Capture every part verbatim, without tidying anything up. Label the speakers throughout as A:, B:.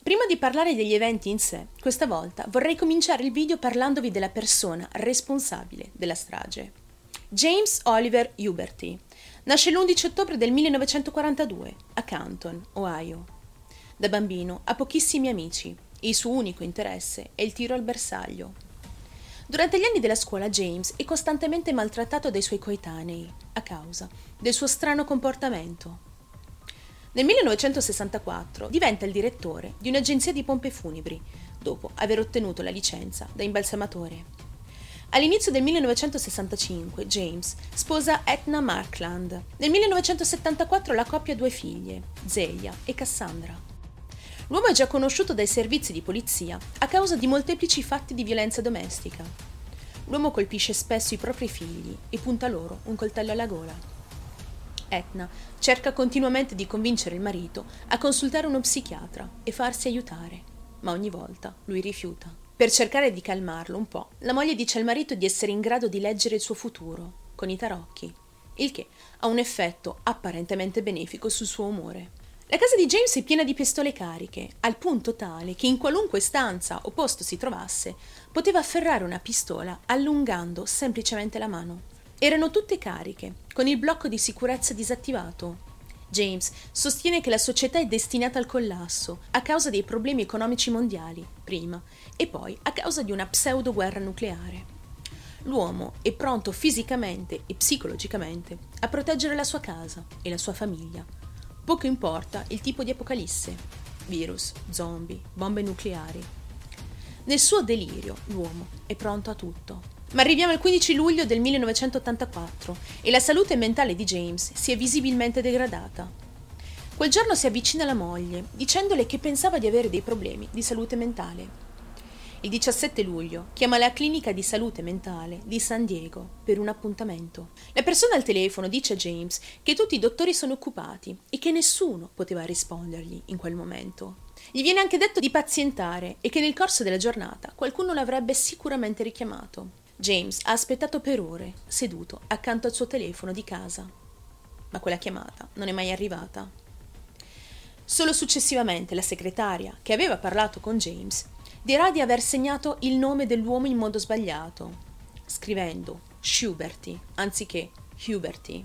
A: Prima di parlare degli eventi in sé, questa volta vorrei cominciare il video parlandovi della persona responsabile della strage. James Oliver Huberty nasce l'undici ottobre del millenovecentoquarantadue a Canton, Ohio. Da bambino ha pochissimi amici e il suo unico interesse è il tiro al bersaglio. Durante gli anni della scuola James è costantemente maltrattato dai suoi coetanei a causa del suo strano comportamento. Nel millenovecentosessantaquattro diventa il direttore di un'agenzia di pompe funebri, dopo aver ottenuto la licenza da imbalsamatore. All'inizio del millenovecentosessantacinque James sposa Etna Markland. Nel millenovecentosettantaquattro la coppia ha due figlie, Zelia e Cassandra. L'uomo è già conosciuto dai servizi di polizia a causa di molteplici fatti di violenza domestica. L'uomo colpisce spesso i propri figli e punta loro un coltello alla gola. Etna cerca continuamente di convincere il marito a consultare uno psichiatra e farsi aiutare, ma ogni volta lui rifiuta. Per cercare di calmarlo un po', la moglie dice al marito di essere in grado di leggere il suo futuro con i tarocchi, il che ha un effetto apparentemente benefico sul suo umore. La casa di James è piena di pistole cariche, al punto tale che in qualunque stanza o posto si trovasse, poteva afferrare una pistola allungando semplicemente la mano. Erano tutte cariche, con il blocco di sicurezza disattivato. James sostiene che la società è destinata al collasso a causa dei problemi economici mondiali, prima, e poi a causa di una pseudo-guerra nucleare. L'uomo è pronto fisicamente e psicologicamente a proteggere la sua casa e la sua famiglia. Poco importa il tipo di apocalisse, virus, zombie, bombe nucleari. Nel suo delirio l'uomo è pronto a tutto. Ma arriviamo al quindici luglio del millenovecentottantaquattro e la salute mentale di James si è visibilmente degradata. Quel giorno si avvicina alla moglie, dicendole che pensava di avere dei problemi di salute mentale. Il diciassette luglio chiama la clinica di salute mentale di San Diego per un appuntamento. La persona al telefono dice a James che tutti i dottori sono occupati e che nessuno poteva rispondergli in quel momento. Gli viene anche detto di pazientare e che nel corso della giornata qualcuno l'avrebbe sicuramente richiamato. James ha aspettato per ore, seduto accanto al suo telefono di casa, ma quella chiamata non è mai arrivata. Solo successivamente la segretaria, che aveva parlato con James, dirà di aver segnato il nome dell'uomo in modo sbagliato, scrivendo Schuberty anziché Huberty.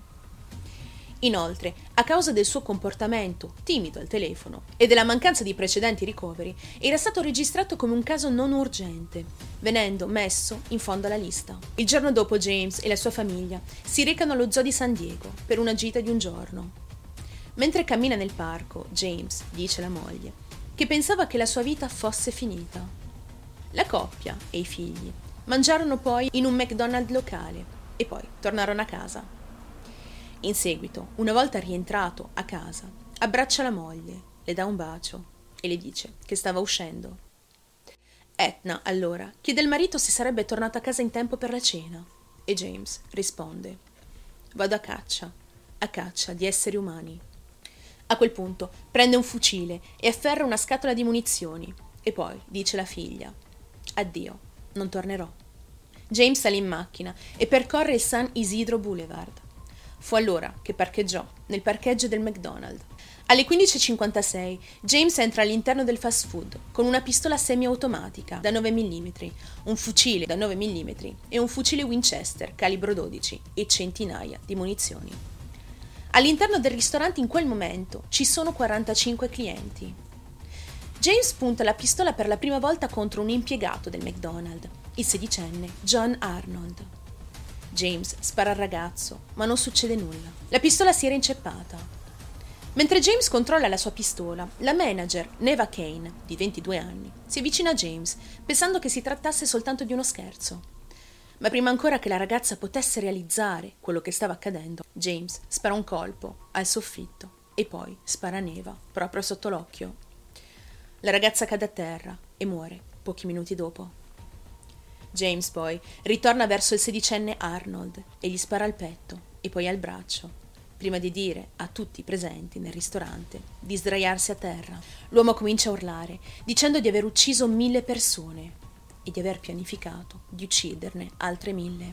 A: Inoltre, a causa del suo comportamento timido al telefono e della mancanza di precedenti ricoveri, era stato registrato come un caso non urgente, venendo messo in fondo alla lista. Il giorno dopo James e la sua famiglia si recano allo zoo di San Diego per una gita di un giorno. Mentre cammina nel parco, James dice alla moglie che pensava che la sua vita fosse finita. La coppia e i figli mangiarono poi in un McDonald's locale e poi tornarono a casa. In seguito, una volta rientrato a casa, abbraccia la moglie, le dà un bacio e le dice che stava uscendo. Etna, allora, chiede al marito se sarebbe tornato a casa in tempo per la cena e James risponde: «Vado a caccia, a caccia di esseri umani». A quel punto prende un fucile e afferra una scatola di munizioni e poi dice alla figlia: «Addio, non tornerò». James sale in macchina e percorre il San Isidro Boulevard. Fu allora che parcheggiò nel parcheggio del McDonald's. Alle quindici e cinquantasei James entra all'interno del fast food con una pistola semiautomatica da nove millimetri, un fucile da nove millimetri e un fucile Winchester calibro dodici e centinaia di munizioni. All'interno del ristorante in quel momento ci sono quarantacinque clienti. James punta la pistola per la prima volta contro un impiegato del McDonald's, il sedicenne John Arnold. James spara al ragazzo, ma non succede nulla. La pistola si era inceppata. Mentre James controlla la sua pistola, la manager, Neva Kane, di ventidue anni, si avvicina a James, pensando che si trattasse soltanto di uno scherzo. Ma prima ancora che la ragazza potesse realizzare quello che stava accadendo, James spara un colpo al soffitto e poi spara a Neva proprio sotto l'occhio. La ragazza cade a terra e muore pochi minuti dopo. James poi ritorna verso il sedicenne Arnold e gli spara al petto e poi al braccio, prima di dire a tutti i presenti nel ristorante di sdraiarsi a terra. L'uomo comincia a urlare, dicendo di aver ucciso mille persone e di aver pianificato di ucciderne altre mille.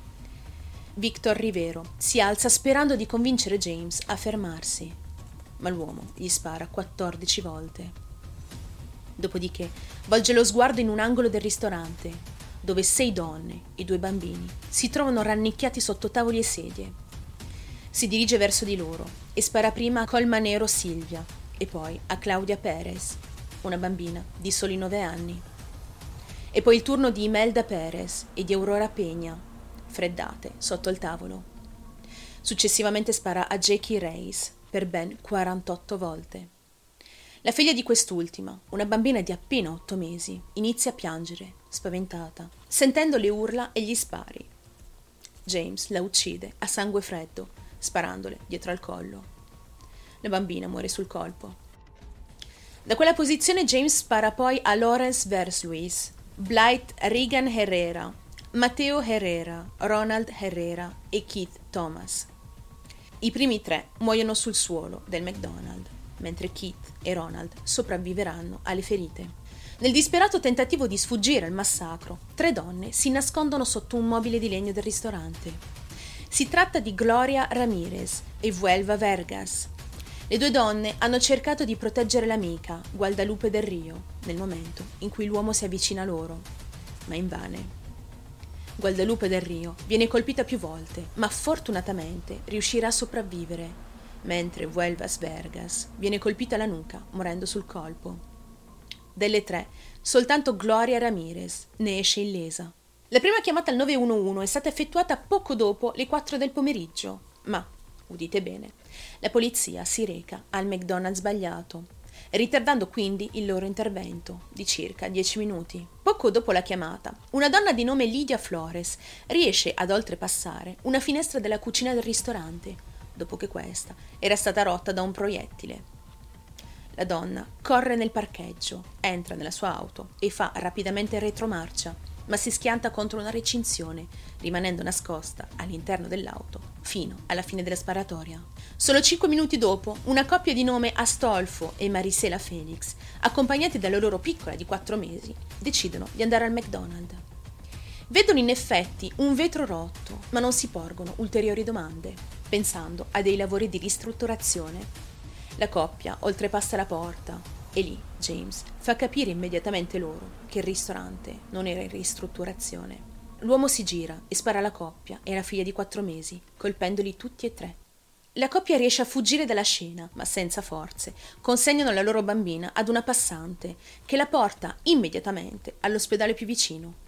A: Victor Rivero si alza sperando di convincere James a fermarsi, ma l'uomo gli spara quattordici volte. Dopodiché volge lo sguardo in un angolo del ristorante, dove sei donne e due bambini si trovano rannicchiati sotto tavoli e sedie. Si dirige verso di loro e spara prima a Colmanero Silvia e poi a Claudia Perez, una bambina di soli nove anni. E poi il turno di Imelda Perez e di Aurora Peña, freddate sotto il tavolo. Successivamente spara a Jackie Reyes per ben quarantotto volte. La figlia di quest'ultima, una bambina di appena otto mesi, inizia a piangere, spaventata, sentendo le urla e gli spari. James la uccide a sangue freddo, sparandole dietro al collo. La bambina muore sul colpo. Da quella posizione James spara poi a Lawrence Versluis, Blythe Regan Herrera, Matteo Herrera, Ronald Herrera e Keith Thomas. I primi tre muoiono sul suolo del McDonald's, mentre Keith e Ronald sopravviveranno alle ferite. Nel disperato tentativo di sfuggire al massacro, tre donne si nascondono sotto un mobile di legno del ristorante. Si tratta di Gloria Ramirez e Vuelva Vergas. Le due donne hanno cercato di proteggere l'amica, Guadalupe del Rio, nel momento in cui l'uomo si avvicina loro, ma invane. Guadalupe del Rio viene colpita più volte, ma fortunatamente riuscirà a sopravvivere, mentre Vuelvas Vergas viene colpita alla nuca, morendo sul colpo. Delle tre, soltanto Gloria Ramirez ne esce illesa. La prima chiamata al nove uno uno è stata effettuata poco dopo le quattro del pomeriggio, ma, udite bene, la polizia si reca al McDonald's sbagliato, ritardando quindi il loro intervento di circa dieci minuti. Poco dopo la chiamata, una donna di nome Lydia Flores riesce ad oltrepassare una finestra della cucina del ristorante, dopo che questa era stata rotta da un proiettile. La donna corre nel parcheggio, entra nella sua auto e fa rapidamente retromarcia, ma si schianta contro una recinzione, rimanendo nascosta all'interno dell'auto fino alla fine della sparatoria. Solo cinque minuti dopo, una coppia di nome Astolfo e Marisela Felix, accompagnati dalla loro piccola di quattro mesi, decidono di andare al McDonald's. Vedono in effetti un vetro rotto, ma non si porgono ulteriori domande, pensando a dei lavori di ristrutturazione. La coppia oltrepassa la porta e lì James fa capire immediatamente loro che il ristorante non era in ristrutturazione. L'uomo si gira e spara alla coppia e alla figlia di quattro mesi, colpendoli tutti e tre. La coppia riesce a fuggire dalla scena, ma senza forze. Consegnano la loro bambina ad una passante che la porta immediatamente all'ospedale più vicino.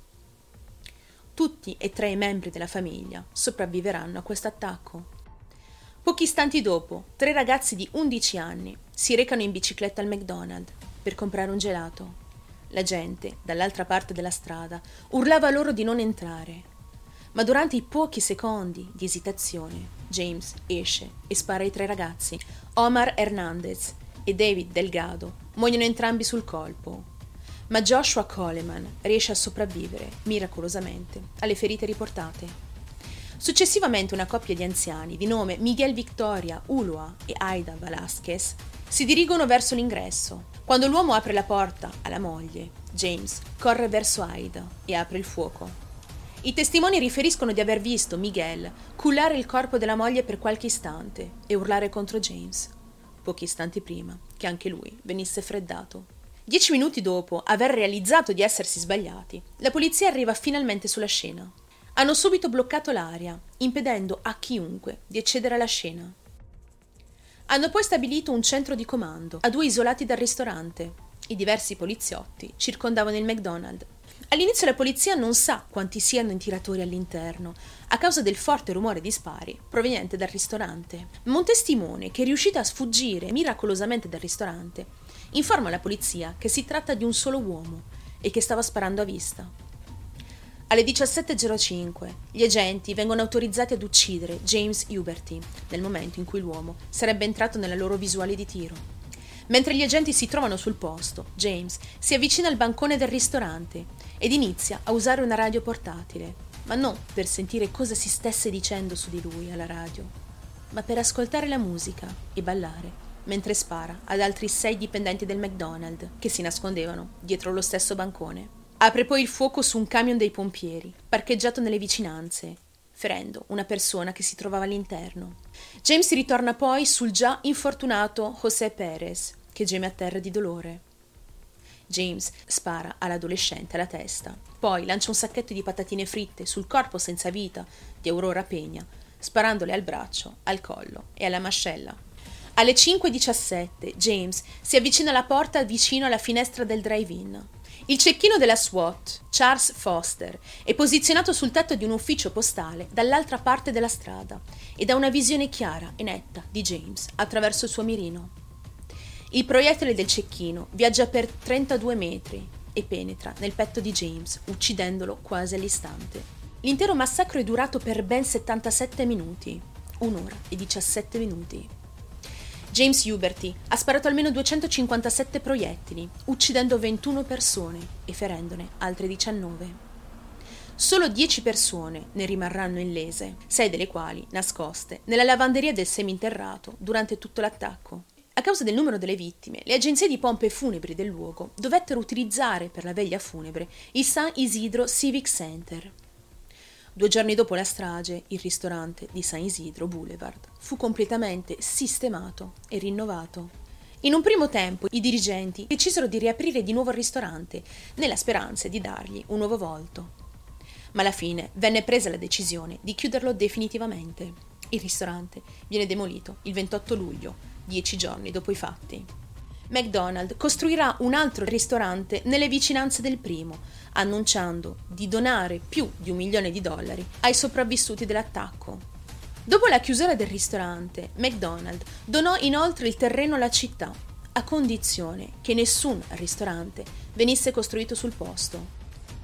A: Tutti e tre i membri della famiglia sopravviveranno a questo attacco. Pochi istanti dopo, tre ragazzi di undici anni si recano in bicicletta al McDonald's per comprare un gelato. La gente, dall'altra parte della strada, urlava loro di non entrare. Ma durante i pochi secondi di esitazione, James esce e spara ai tre ragazzi. Omar Hernandez e David Delgado muoiono entrambi sul colpo, ma Joshua Coleman riesce a sopravvivere, miracolosamente, alle ferite riportate. Successivamente una coppia di anziani di nome Miguel Victoria Ulloa e Aida Velasquez si dirigono verso l'ingresso. Quando l'uomo apre la porta alla moglie, James corre verso Aida e apre il fuoco. I testimoni riferiscono di aver visto Miguel cullare il corpo della moglie per qualche istante e urlare contro James, pochi istanti prima che anche lui venisse freddato. Dieci minuti dopo aver realizzato di essersi sbagliati, la polizia arriva finalmente sulla scena. Hanno subito bloccato l'area, impedendo a chiunque di accedere alla scena. Hanno poi stabilito un centro di comando a due isolati dal ristorante. I diversi poliziotti circondavano il McDonald's. All'inizio la polizia non sa quanti siano i tiratori all'interno, a causa del forte rumore di spari proveniente dal ristorante. Ma un testimone che è riuscito a sfuggire miracolosamente dal ristorante informa la polizia che si tratta di un solo uomo e che stava sparando a vista. Alle diciassette e zero cinque gli agenti vengono autorizzati ad uccidere James Huberty nel momento in cui l'uomo sarebbe entrato nella loro visuale di tiro. Mentre gli agenti si trovano sul posto, James si avvicina al bancone del ristorante ed inizia a usare una radio portatile, ma non per sentire cosa si stesse dicendo su di lui alla radio, ma per ascoltare la musica e ballare, mentre spara ad altri sei dipendenti del McDonald's che si nascondevano dietro lo stesso bancone. Apre poi il fuoco su un camion dei pompieri, parcheggiato nelle vicinanze, ferendo una persona che si trovava all'interno. James ritorna poi sul già infortunato José Pérez, che geme a terra di dolore. James spara all'adolescente alla testa, poi lancia un sacchetto di patatine fritte sul corpo senza vita di Aurora Peña, sparandole al braccio, al collo e alla mascella. Alle cinque e diciassette James si avvicina alla porta vicino alla finestra del drive-in. Il cecchino della SWAT, Charles Foster, è posizionato sul tetto di un ufficio postale dall'altra parte della strada ed ha una visione chiara e netta di James attraverso il suo mirino. Il proiettile del cecchino viaggia per trentadue metri e penetra nel petto di James, uccidendolo quasi all'istante. L'intero massacro è durato per ben settantasette minuti, un'ora e diciassette minuti. James Huberty ha sparato almeno duecentocinquantasette proiettili, uccidendo ventuno persone e ferendone altre diciannove. Solo dieci persone ne rimarranno illese, sei delle quali nascoste nella lavanderia del seminterrato durante tutto l'attacco. A causa del numero delle vittime, le agenzie di pompe funebri del luogo dovettero utilizzare per la veglia funebre il San Isidro Civic Center. Due giorni dopo la strage, il ristorante di San Isidro Boulevard fu completamente sistemato e rinnovato. In un primo tempo i dirigenti decisero di riaprire di nuovo il ristorante, nella speranza di dargli un nuovo volto. Ma alla fine venne presa la decisione di chiuderlo definitivamente. Il ristorante viene demolito il ventotto luglio, dieci giorni dopo i fatti. McDonald's costruirà un altro ristorante nelle vicinanze del primo, annunciando di donare più di un milione di dollari ai sopravvissuti dell'attacco. Dopo la chiusura del ristorante, McDonald's donò inoltre il terreno alla città, a condizione che nessun ristorante venisse costruito sul posto.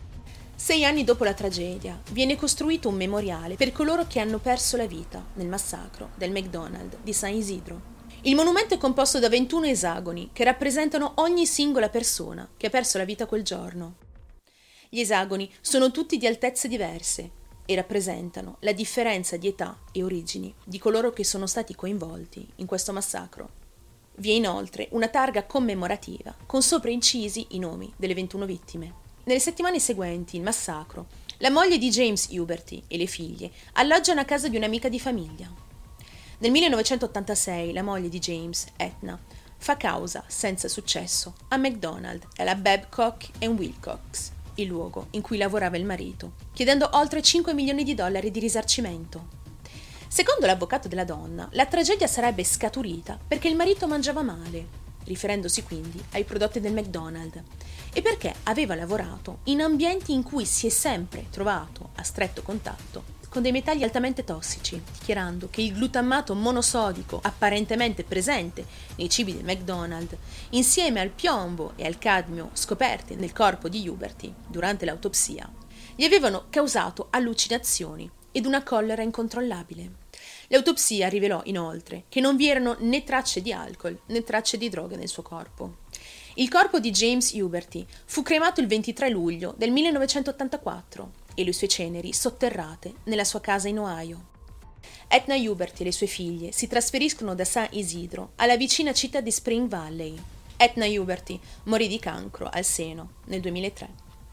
A: Sei anni dopo la tragedia, viene costruito un memoriale per coloro che hanno perso la vita nel massacro del McDonald's di San Isidro. Il monumento è composto da ventuno esagoni che rappresentano ogni singola persona che ha perso la vita quel giorno. Gli esagoni sono tutti di altezze diverse e rappresentano la differenza di età e origini di coloro che sono stati coinvolti in questo massacro. Vi è inoltre una targa commemorativa con sopra incisi i nomi delle ventuno vittime. Nelle settimane seguenti il massacro, la moglie di James Huberty e le figlie alloggiano a casa di un'amica di famiglia. Nel millenovecentottantasei la moglie di James, Etna, fa causa, senza successo, a McDonald's e alla Babcock and Wilcox, il luogo in cui lavorava il marito, chiedendo oltre cinque milioni di dollari di risarcimento. Secondo l'avvocato della donna, la tragedia sarebbe scaturita perché il marito mangiava male, riferendosi quindi ai prodotti del McDonald's, e perché aveva lavorato in ambienti in cui si è sempre trovato a stretto contatto con dei metalli altamente tossici, dichiarando che il glutammato monosodico apparentemente presente nei cibi del McDonald's, insieme al piombo e al cadmio scoperti nel corpo di Huberty durante l'autopsia, gli avevano causato allucinazioni ed una collera incontrollabile. L'autopsia rivelò inoltre che non vi erano né tracce di alcol né tracce di droghe nel suo corpo. Il corpo di James Huberty fu cremato il ventitré luglio del millenovecentottantaquattro e le sue ceneri sotterrate nella sua casa in Ohio. Etna Huberty e le sue figlie si trasferiscono da San Isidro alla vicina città di Spring Valley. Etna Huberty morì di cancro al seno nel duemilatré.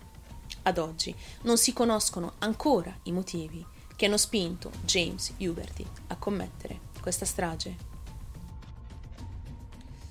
A: Ad oggi non si conoscono ancora i motivi che hanno spinto James Huberty a commettere questa strage.